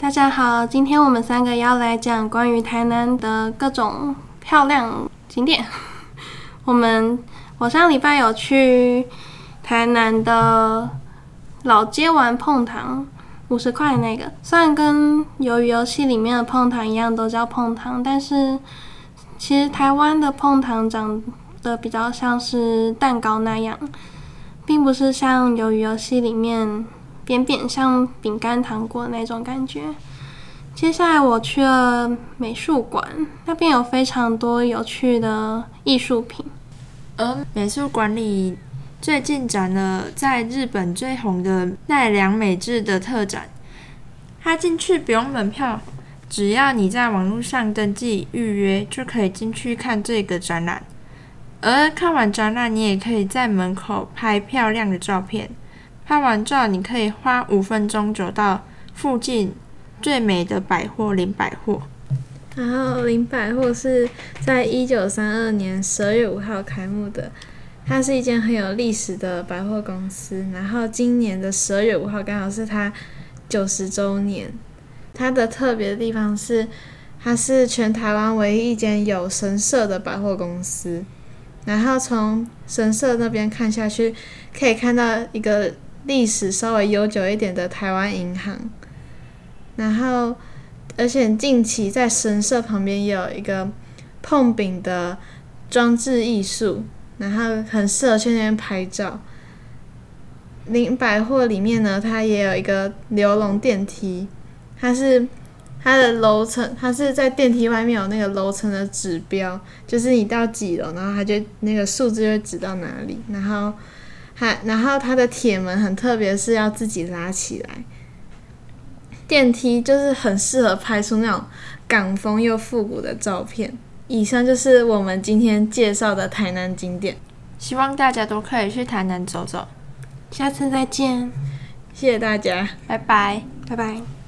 大家好，今天我们三个要来讲关于台南的各种漂亮景点。我上礼拜有去台南的老街玩碰糖，50块那个，虽然跟鱿鱼游戏里面的碰糖一样都叫碰糖，但是其实台湾的碰糖长得比较像是蛋糕那样，并不是像鱿鱼游戏里面扁扁像饼干糖果那种感觉。接下来我去了美术馆，那边有非常多有趣的艺术品。 而美术馆里最近展了在日本最红的奈良美智的特展，它进去不用门票，只要你在网络上登记预约就可以进去看这个展览。而看完展览，你也可以在门口拍漂亮的照片。拍完照，你可以花5分钟走到附近最美的百货林百货。 然后林百货是在1932年12月5号开幕的，它是一间很有历史的百货公司。然后今年的12月5号刚好是它90周年。它的特别的地方是，它是全台湾唯一一间有神社的百货公司。然后从神社那边看下去，可以看到一个历史稍微悠久一点的台湾银行。然后而且近期在神社旁边也有一个碰饼的装置艺术，然后很适合去那边拍照。林百货里面呢，它也有一个流龙电梯，它的楼层，它是在电梯外面有那个楼层的指标，就是你到几楼，然后它就那个数字就会指到哪里。然后它的铁门很特别，是要自己拉起来。电梯就是很适合拍出那种港风又复古的照片。以上就是我们今天介绍的台南景点， 希望大家都可以去台南走走。 下次再见， 谢谢大家， 拜拜， 拜拜。